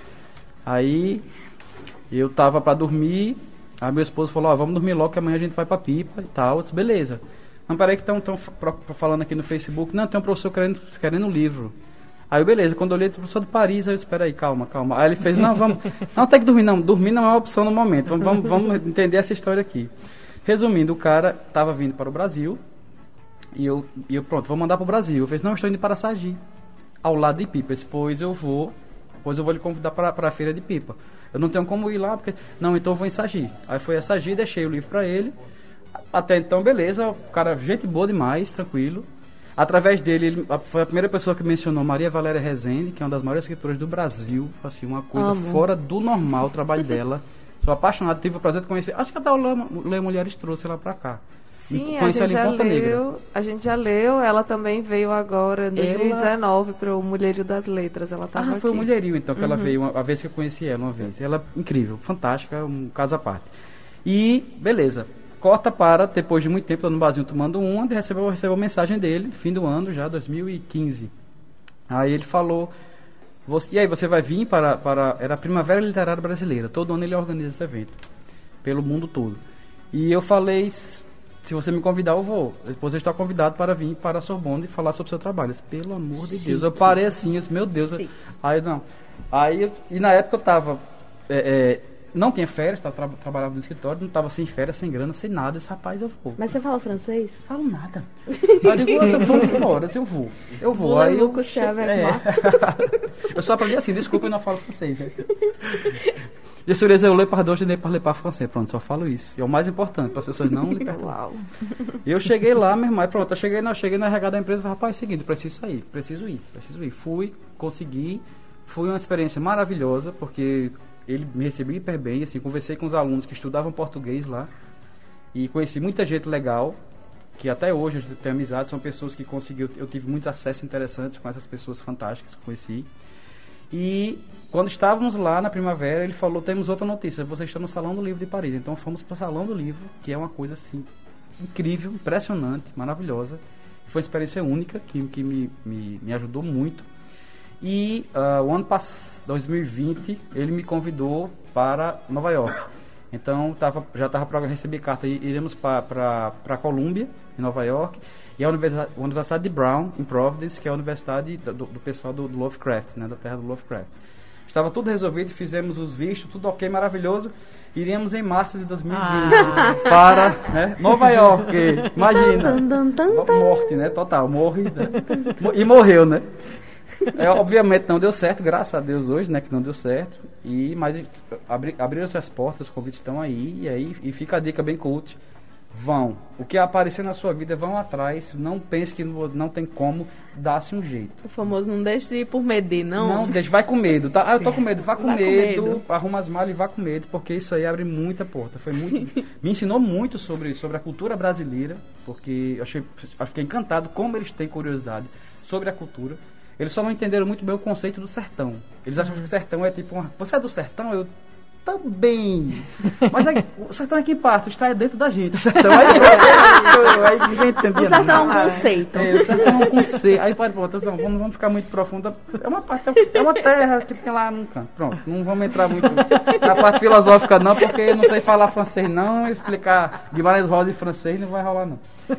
Aí eu tava pra dormir, aí meu esposo falou, ó, vamos dormir logo que amanhã a gente vai pra Pipa e tal. Eu disse, beleza. Não, peraí que estão falando aqui no Facebook, não, tem um professor querendo, querendo um livro. Aí, beleza, quando eu olhei o professor de Paris, aí eu disse, espera aí, calma, calma. Aí ele fez, não, vamos, não tem que dormir, não, dormir não é uma opção no momento, vamos, vamos, vamos entender essa história aqui. Resumindo, o cara estava vindo para o Brasil, e eu, e eu pronto, vou mandar para o Brasil. Eu falei, não, eu estou indo para Sagi, ao lado de Pipa. Eu disse, pois eu vou pois eu vou lhe convidar para a feira de Pipa. Eu não tenho como ir lá, porque... Não, então eu vou em Sagi. Aí foi a Sagi, deixei o livro para ele. Até então, beleza, o cara, gente boa demais, tranquilo. Através dele, ele foi a primeira pessoa que mencionou Maria Valéria Rezende, que é uma das maiores escritoras do Brasil. Assim, uma coisa Amo. fora do normal o trabalho dela. Sou apaixonado, tive o prazer de conhecer. Acho que até o Lê Mulheres trouxe ela pra cá. Sim, a Conheci gente, ela em já Ponta Negra. leu, a gente já leu, ela também veio agora em dois mil e dezenove para o Mulherio das Letras, ela estava Ah, foi o aqui. Mulherio, então, que Uhum. ela veio, uma, a vez que eu conheci ela, uma vez. Ela é incrível, fantástica, um caso à parte. E, beleza, corta para, depois de muito tempo, tô no barzinho tomando um, e recebeu, recebeu a mensagem dele, fim do ano, já, dois mil e quinze. Aí ele falou, você, e aí, você vai vir para, para... Era a Primavera Literária Brasileira, todo ano ele organiza esse evento, pelo mundo todo. E eu falei... Se você me convidar, eu vou. Depois você está convidado para vir para a Sorbonne e falar sobre o seu trabalho. Eu disse, pelo amor de Deus. Eu parei assim, eu disse, meu Deus. Eu... Aí, não. Aí, eu... E na época eu estava... É, é... Não tinha férias, tava tra... trabalhava no escritório, não estava sem férias, sem grana, sem nada. Eu disse, rapaz, eu vou. Mas você fala francês? Falo nada. Eu digo, se eu vou embora, eu vou. Eu vou. Aí eu... É. Eu só aprendi assim, desculpa, eu não falo francês. Né? Je suis désolé, pardon, je ne parle pas français. Pronto, só falo isso. É o mais importante, para as pessoas não lhe perturbarem. Eu cheguei lá, meu irmão, pronto, eu cheguei, não, eu cheguei na R H da empresa e falei, rapaz, é o seguinte, preciso sair, preciso ir, preciso ir. Fui, consegui, foi uma experiência maravilhosa, porque ele me recebeu hiper bem, assim, conversei com os alunos que estudavam português lá, e conheci muita gente legal, que até hoje eu tenho amizade, são pessoas que conseguiu, eu tive muitos acessos interessantes com essas pessoas fantásticas que conheci. E quando estávamos lá na primavera, ele falou, temos outra notícia, você está no Salão do Livro de Paris. Então fomos para o Salão do Livro, que é uma coisa assim, incrível, impressionante, maravilhosa. Foi uma experiência única, que, que me, me, me ajudou muito. E uh, o ano passado, dois mil e vinte, ele me convidou para Nova York. Então tava, já estava para receber carta, iremos para a Colômbia, em Nova York, e a Universidade, a Universidade de Brown, em Providence, que é a universidade do, do pessoal do, do Lovecraft, né, da terra do Lovecraft. Estava tudo resolvido, fizemos os vistos, tudo ok, maravilhoso. Iríamos em março de dois mil e vinte ah. para né, Nova York. Imagina. Morte, né? Total, morre. Né? E morreu, né? É, obviamente não deu certo, graças a Deus hoje, né? Que não deu certo. E, mas abri, abriram-se as portas, os convites estão aí. E aí e fica a dica bem coach. Vão. O que aparecer na sua vida, vão atrás. Não pense que não, não tem como, dá-se um jeito. O famoso não deixe de ir por medo, não. Não, deixa, vai com medo. Tá? Ah, eu tô com medo, vá com, medo, com medo. Arruma as malas e vá com medo, porque isso aí abre muita porta. Foi muito, me ensinou muito sobre, sobre a cultura brasileira, porque eu achei, eu fiquei encantado como eles têm curiosidade sobre a cultura. Eles só não entenderam muito bem o conceito do sertão. Eles acham que o sertão é tipo uma... Você é do sertão? Eu... Também. Mas aí, o sertão é que parte, está dentro da gente. O sertão aí, aí ninguém entendia. O sertão é um conceito. É, o sertão é um conceito. Aí pode, pronto, não vamos, vamos ficar muito profundo. É uma parte, é uma terra que tem lá num canto. Pronto, não vamos entrar muito na parte filosófica não, porque eu não sei falar francês não, explicar Guimarães Rosa em francês não vai rolar não.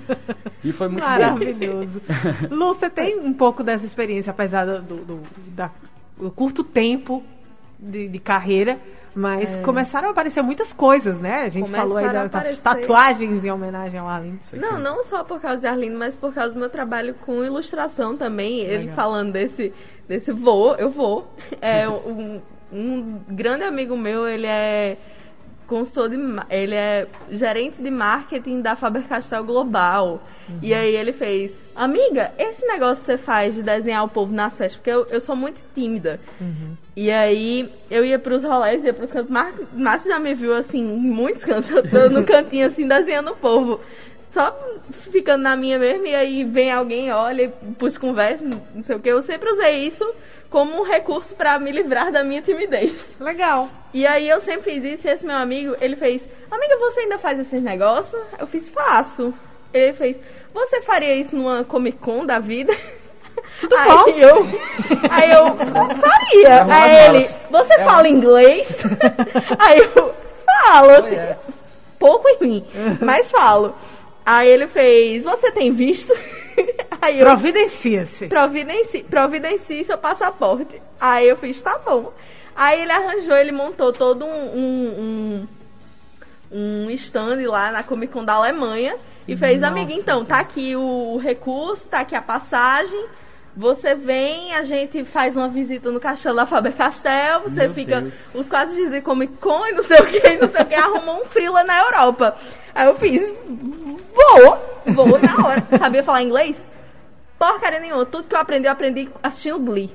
E foi muito maravilhoso. Bom. Lu, você tem um pouco dessa experiência, apesar do, do, da, do curto tempo de, de carreira. Mas é. começaram a aparecer muitas coisas, né? A gente começaram falou aí das aparecer... tatuagens em homenagem ao Arlindo. Não, não só por causa de Arlindo, mas por causa do meu trabalho com ilustração também. Legal. Ele falando desse, desse vou, eu vou. É, um, um grande amigo meu, ele é consultor de, ele é gerente de marketing da Faber-Castell Global. Uhum. E aí ele fez, amiga, esse negócio que você faz de desenhar o povo nas festas, porque eu, eu sou muito tímida. Uhum. E aí eu ia pros rolês, ia pros cantos. Márcio já me viu assim, em muitos cantos, eu tô no cantinho assim, desenhando o povo. Só ficando na minha mesmo, e aí vem alguém, olha, puxa conversa, não sei o que. Eu sempre usei isso como um recurso pra me livrar da minha timidez. Legal. E aí eu sempre fiz isso, e esse meu amigo, ele fez, amiga, você ainda faz esses negócios? Eu fiz, faço. Ele fez, você faria isso numa Comic Con da vida? Tudo aí bom? Eu, aí eu faria. Aí ele, você é fala um... inglês? Aí eu falo, assim, é. pouco em mim, mas falo. Aí ele fez, você tem visto? Aí eu, Providencia-se. Providencie, providencie seu passaporte. Aí eu fiz, tá bom. Aí ele arranjou, ele montou todo um, um, um, um stand lá na Comic Con da Alemanha. E fez, Nossa, amiga, então, tá aqui o recurso, tá aqui a passagem, Você vem, a gente faz uma visita no castelo da Faber-Castell, você Meu fica Deus. os quatro dias de Comic Con e não sei o que, não sei o que, arrumou um freela na Europa. Aí eu fiz, vou, vou na hora. Sabia falar inglês? Porcaria nenhuma. Tudo que eu aprendi, eu aprendi assistindo Glee.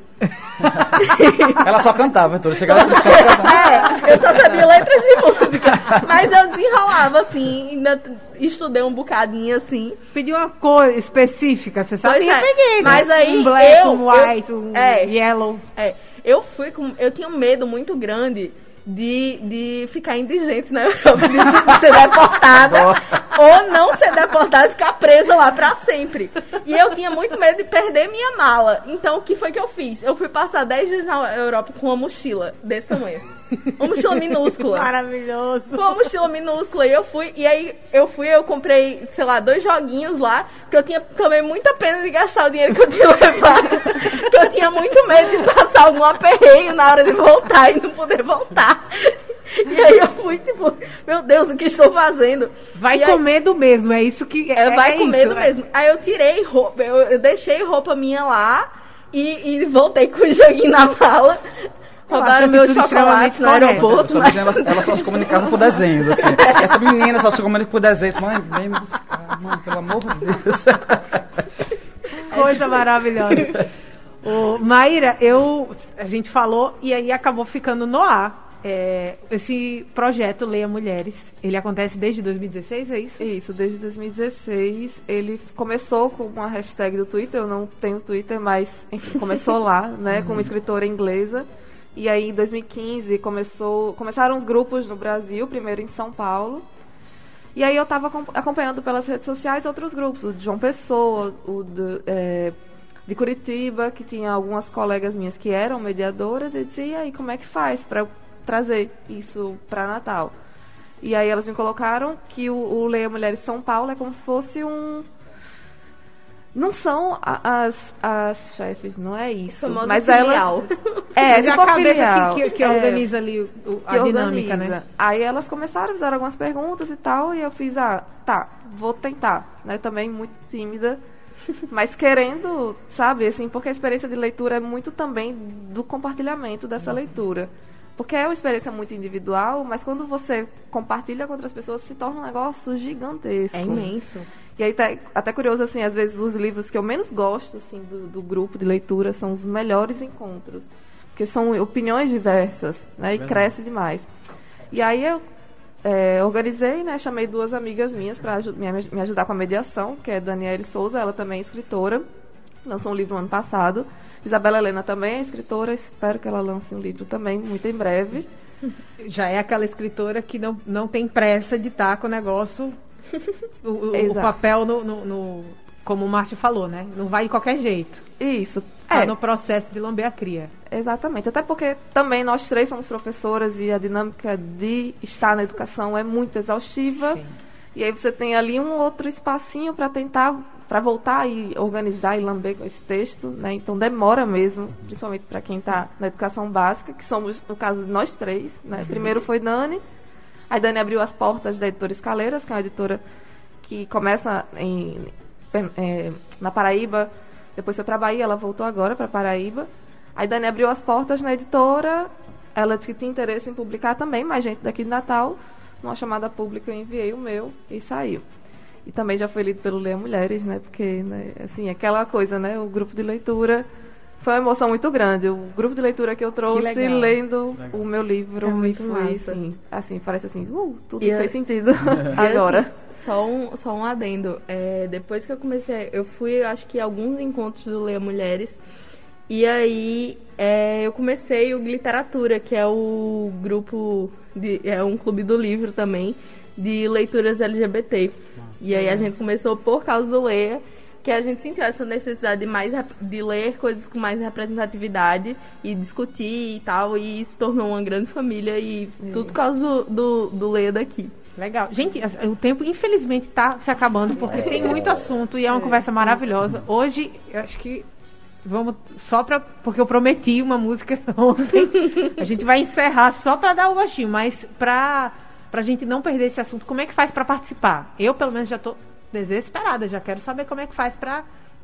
Ela só cantava, então chegava lá e cantava. É, eu só sabia letras de música. Mas eu desenrolava, assim, ainda estudei um bocadinho, assim. Pediu uma cor específica, você sabia? Pois é, Eu peguei, né? mas aí um black, eu- um white, eu- um é. yellow. É, eu fui com. Eu tinha um medo muito grande de, de ficar indigente na Europa, de ser deportada, ou não ser deportada e ficar presa lá pra sempre. E eu tinha muito medo de perder minha mala. Então, o que foi que eu fiz? Eu fui passar dez dias na Europa com uma mochila desse tamanho. Uma mochila minúscula. Maravilhoso. Com uma mochila minúscula. E eu fui, e aí eu fui, eu comprei, sei lá, dois joguinhos lá, que eu tinha também muita pena de gastar o dinheiro que eu tinha levado. Que eu tinha muito medo de passar algum aperreio na hora de voltar e não poder voltar. E aí eu fui, tipo, meu Deus, o que estou fazendo? Vai E aí- com medo mesmo, é isso que... é, É, vai é com isso, medo é. mesmo. Aí eu tirei roupa, eu, eu deixei roupa minha lá e, e voltei com o joguinho na mala. Roubaram acho meu atitude chocolate extremamente no correta. aeroporto. Só mas- dizendo, ela, ela só se comunicava por desenhos, assim. Essa menina só se comunica por desenhos. Mãe, vem me buscar, mãe, pelo amor de Deus. Coisa maravilhosa. Ô, Maíra, eu, a gente falou e aí acabou ficando no ar. É, esse projeto Leia Mulheres, ele acontece desde dois mil e dezesseis, é isso? Isso, desde dois mil e dezesseis. Ele começou com uma hashtag do Twitter, eu não tenho Twitter, mas enfim, começou lá, né, com uma escritora inglesa. E aí em dois mil e quinze começou, começaram os grupos no Brasil, primeiro em São Paulo. E aí eu estava acompanhando pelas redes sociais outros grupos, o de João Pessoa, o de, é, de Curitiba, que tinha algumas colegas minhas que eram mediadoras, e eu disse, e aí, como é que faz para trazer isso para Natal? E aí elas me colocaram que o, o Leia Mulheres São Paulo é como se fosse um... Não são a- as, as chefes, não é isso. Famosa mas filial. elas... É, Mas tipo a cabeça filial. que, que, que É, organiza ali o- o- a que dinâmica, organiza. né? Aí elas começaram, fizeram algumas perguntas e tal, e eu fiz, ah, tá, vou tentar, né? Também muito tímida, mas querendo, sabe, assim, porque a experiência de leitura é muito também do compartilhamento dessa leitura. Porque é uma experiência muito individual, mas quando você compartilha com outras pessoas, se torna um negócio gigantesco. É imenso. E aí, tá, até curioso, assim, às vezes os livros que eu menos gosto, assim, do, do grupo de leitura são os melhores encontros. Porque são opiniões diversas, né? E cresce demais. E aí eu é, organizei, né? Chamei duas amigas minhas para me, me ajudar com a mediação, que é Daniele Souza, ela também é escritora. Lançou um livro no ano passado. Isabela Helena também é escritora, espero que ela lance um livro também, muito em breve. Já é aquela escritora que não, não tem pressa de estar com o negócio, o, o- o Exato. papel, no, no- no- como o Márcio falou, né? Não vai de qualquer jeito. Isso. Tá É, no processo de lamber a cria. exatamente. Até porque também nós três somos professoras e a dinâmica de estar na educação é muito exaustiva. Sim. E aí você tem ali um outro espacinho para tentar, para voltar e organizar e lamber com esse texto, né? Então demora mesmo, principalmente para quem está na educação básica, que somos, no caso, nós três, né? Primeiro foi Dani, aí Dani abriu as portas da editora Escaleiras, que é uma editora que começa em, é, na Paraíba, depois foi para Bahia, ela voltou agora para Paraíba. Aí Dani abriu as portas na editora, ela disse que tinha interesse em publicar também, mais gente daqui de Natal. Numa chamada pública eu enviei o meu e saiu. E também já foi lido pelo Leia Mulheres, né? Porque, né, assim, aquela coisa, né? O grupo de leitura foi uma emoção muito grande. O grupo de leitura que eu trouxe legal. lendo Legal. o meu livro É muito e foi massa. assim, assim, parece assim, uh, tudo E fez a- sentido E agora. assim, só, um, só um adendo. É, depois que eu comecei, eu fui, acho que, a alguns encontros do Leia Mulheres. E aí é, eu comecei o Literatura, que é o grupo, de, é um clube do livro também, de leituras L G B T. E aí a gente começou por causa do Leia, que a gente sentiu essa necessidade de, mais, rep- de ler coisas com mais representatividade e discutir e tal, e se tornou uma grande família, e tudo por causa do, do, do Leia daqui. Legal. Gente, o tempo infelizmente está se acabando, porque tem muito assunto e é uma conversa maravilhosa. Hoje, eu acho que vamos só para porque eu prometi uma música ontem. A gente vai encerrar só para dar o gostinho, mas para a gente não perder esse assunto, como é que faz para participar? Eu, pelo menos, já estou desesperada, já quero saber como é que faz para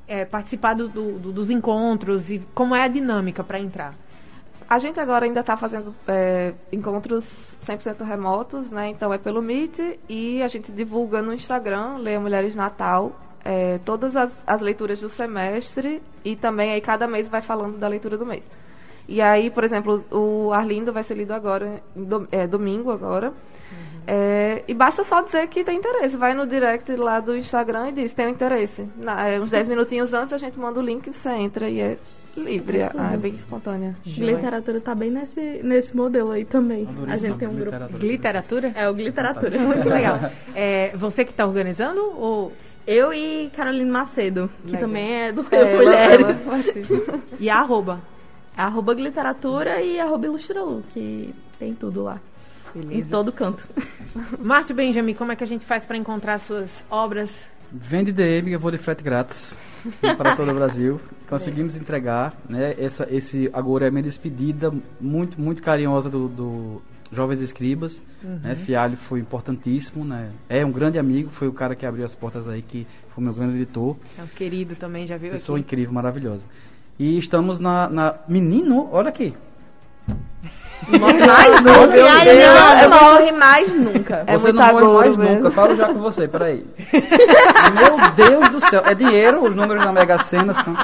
é, participar do, do, dos encontros e como é a dinâmica para entrar? A gente agora ainda está fazendo é, encontros cem por cento remotos, né? Então é pelo Meet e a gente divulga no Instagram, Leia Mulheres Natal, é, todas as, as leituras do semestre e também aí cada mês vai falando da leitura do mês. E aí, por exemplo, o Arlindo vai ser lido agora, do, é, domingo agora. Uhum. É, e basta só dizer que tem interesse. Vai no direct lá do Instagram e diz, tem interesse. Na, é, uns dez minutinhos antes a gente manda o link e você entra e é livre, é, é bem espontânea. Gliteratura tá bem nesse, nesse modelo aí também. Adorei, a gente tem um Gliteratura. grupo. Gliteratura? É o Gliteratura. Muito legal. É, você que está organizando ou... Eu e Caroline Macedo, que Legal. também é do É, Mulheres. ela participa. E a arroba? Arroba Gliteratura e arroba Ilustralu, que tem tudo lá. Beleza. Em todo canto. Márcio Benjamin, como é que a gente faz para encontrar suas obras? Vende D M, eu vou de frete grátis para todo o Brasil. Conseguimos entregar, né? Essa, esse agora é a minha despedida muito, muito carinhosa do, do Jovens Escribas. Uhum. Né? Fialho foi importantíssimo, né? É um grande amigo, foi o cara que abriu as portas aí, que foi meu grande editor. É um querido também, já viu aqui. Pessoa incrível, maravilhosa. E estamos na, na... Menino, olha aqui. Morre mais Não, nunca. não, não morre mais nunca. É Você muito não morre agouro mais mesmo. nunca. Falo já com você, peraí. Meu Deus do céu. É dinheiro, os números da Mega Sena são...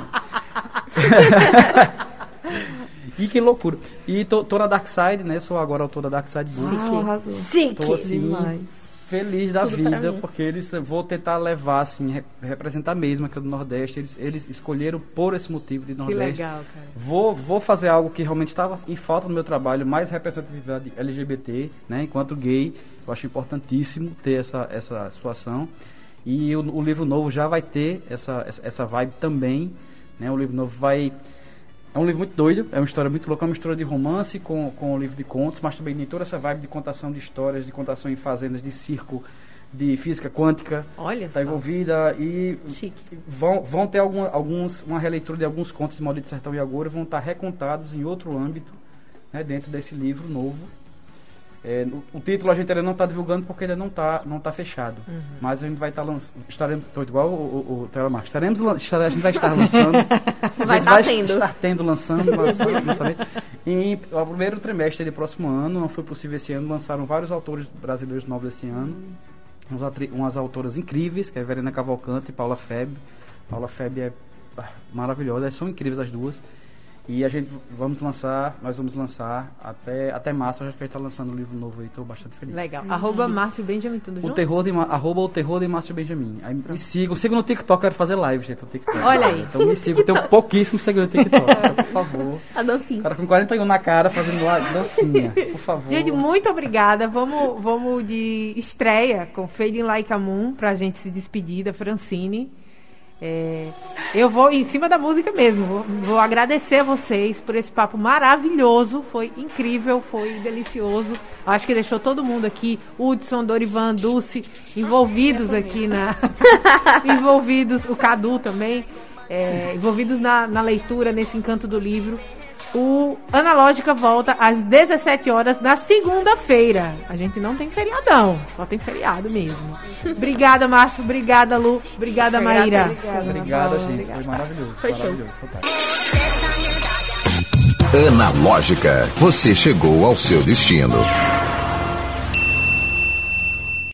E que loucura. E tô, tô na Dark Side, né? Sou agora autor da Dark Side Books. Ah, arrasou. Chique. Tô assim, demais. feliz da Tudo pra vida, mim. porque eles vou tentar levar, assim, re- representar mesmo aqui do Nordeste. Eles, eles escolheram por esse motivo de Que Nordeste. legal, cara. Vou, vou fazer algo que realmente estava em falta no meu trabalho, mais representatividade L G B T, né? Enquanto gay, eu acho importantíssimo ter essa, essa situação. E o, o livro novo já vai ter essa, essa, essa vibe também, né? O livro novo vai... É um livro muito doido, é uma história muito louca, é uma mistura de romance com, com o livro de contos, mas também tem toda essa vibe de contação de histórias, de contação em fazendas, de circo, de física quântica. Olha Está só. envolvida e Chique. vão, vão ter algum, alguns, uma releitura de alguns contos de Maldito Sertão e Agora, vão estar recontados em outro âmbito, né, dentro desse livro novo. É, o, o título a gente ainda não está divulgando porque ainda não está não tá fechado, uhum. Mas a gente vai estar tá lançando, estaremos, tô igual o, o, o Telemark, estaremos, lan- estaremos, a gente vai estar lançando, a Vai gente tá vai tendo. estar tendo, lançando, lançando lançamento. E o primeiro trimestre do próximo ano, não foi possível esse ano, lançaram vários autores brasileiros novos esse ano, umas, atri- umas autoras incríveis, que é Verena Cavalcante e Paula Feb. Paula Feb é ah, maravilhosa, elas são incríveis as duas. E a gente vamos lançar, nós vamos lançar até, até março, acho que a gente está lançando um livro novo aí, estou bastante feliz. Legal. Arroba Márcio Benjamin, tudo O junto? terror de, Ma- arroba o terror de Márcio Benjamin. Aí me sigam, sigam no TikTok, quero fazer live, gente, no TikTok. Olha aí. Então me sigam, eu tenho pouquíssimos seguidores no TikTok, então, por favor. A dancinha. O cara com quarenta e um na cara fazendo live, dancinha, por favor. Gente, muito obrigada. Vamos, vamos de estreia com Fading Like a Moon pra gente se despedir da Francine. É, eu vou em cima da música mesmo. Vou, vou agradecer a vocês por esse papo maravilhoso. Foi incrível, foi delicioso. Acho que deixou todo mundo aqui, Hudson, Dorivan, Dulce, envolvidos aqui na. envolvidos, o Cadu também, é, envolvidos na, na leitura, nesse encanto do livro. O Analógica volta às dezessete horas na segunda-feira. A gente não tem feriadão, só tem feriado mesmo. Obrigada, Márcio. Obrigada, Lu. Obrigada, Maíra. Obrigada, Obrigada, Ana Paula. gente, foi maravilhoso. Foi show. maravilhoso. Fantástico. Analógica, você chegou ao seu destino.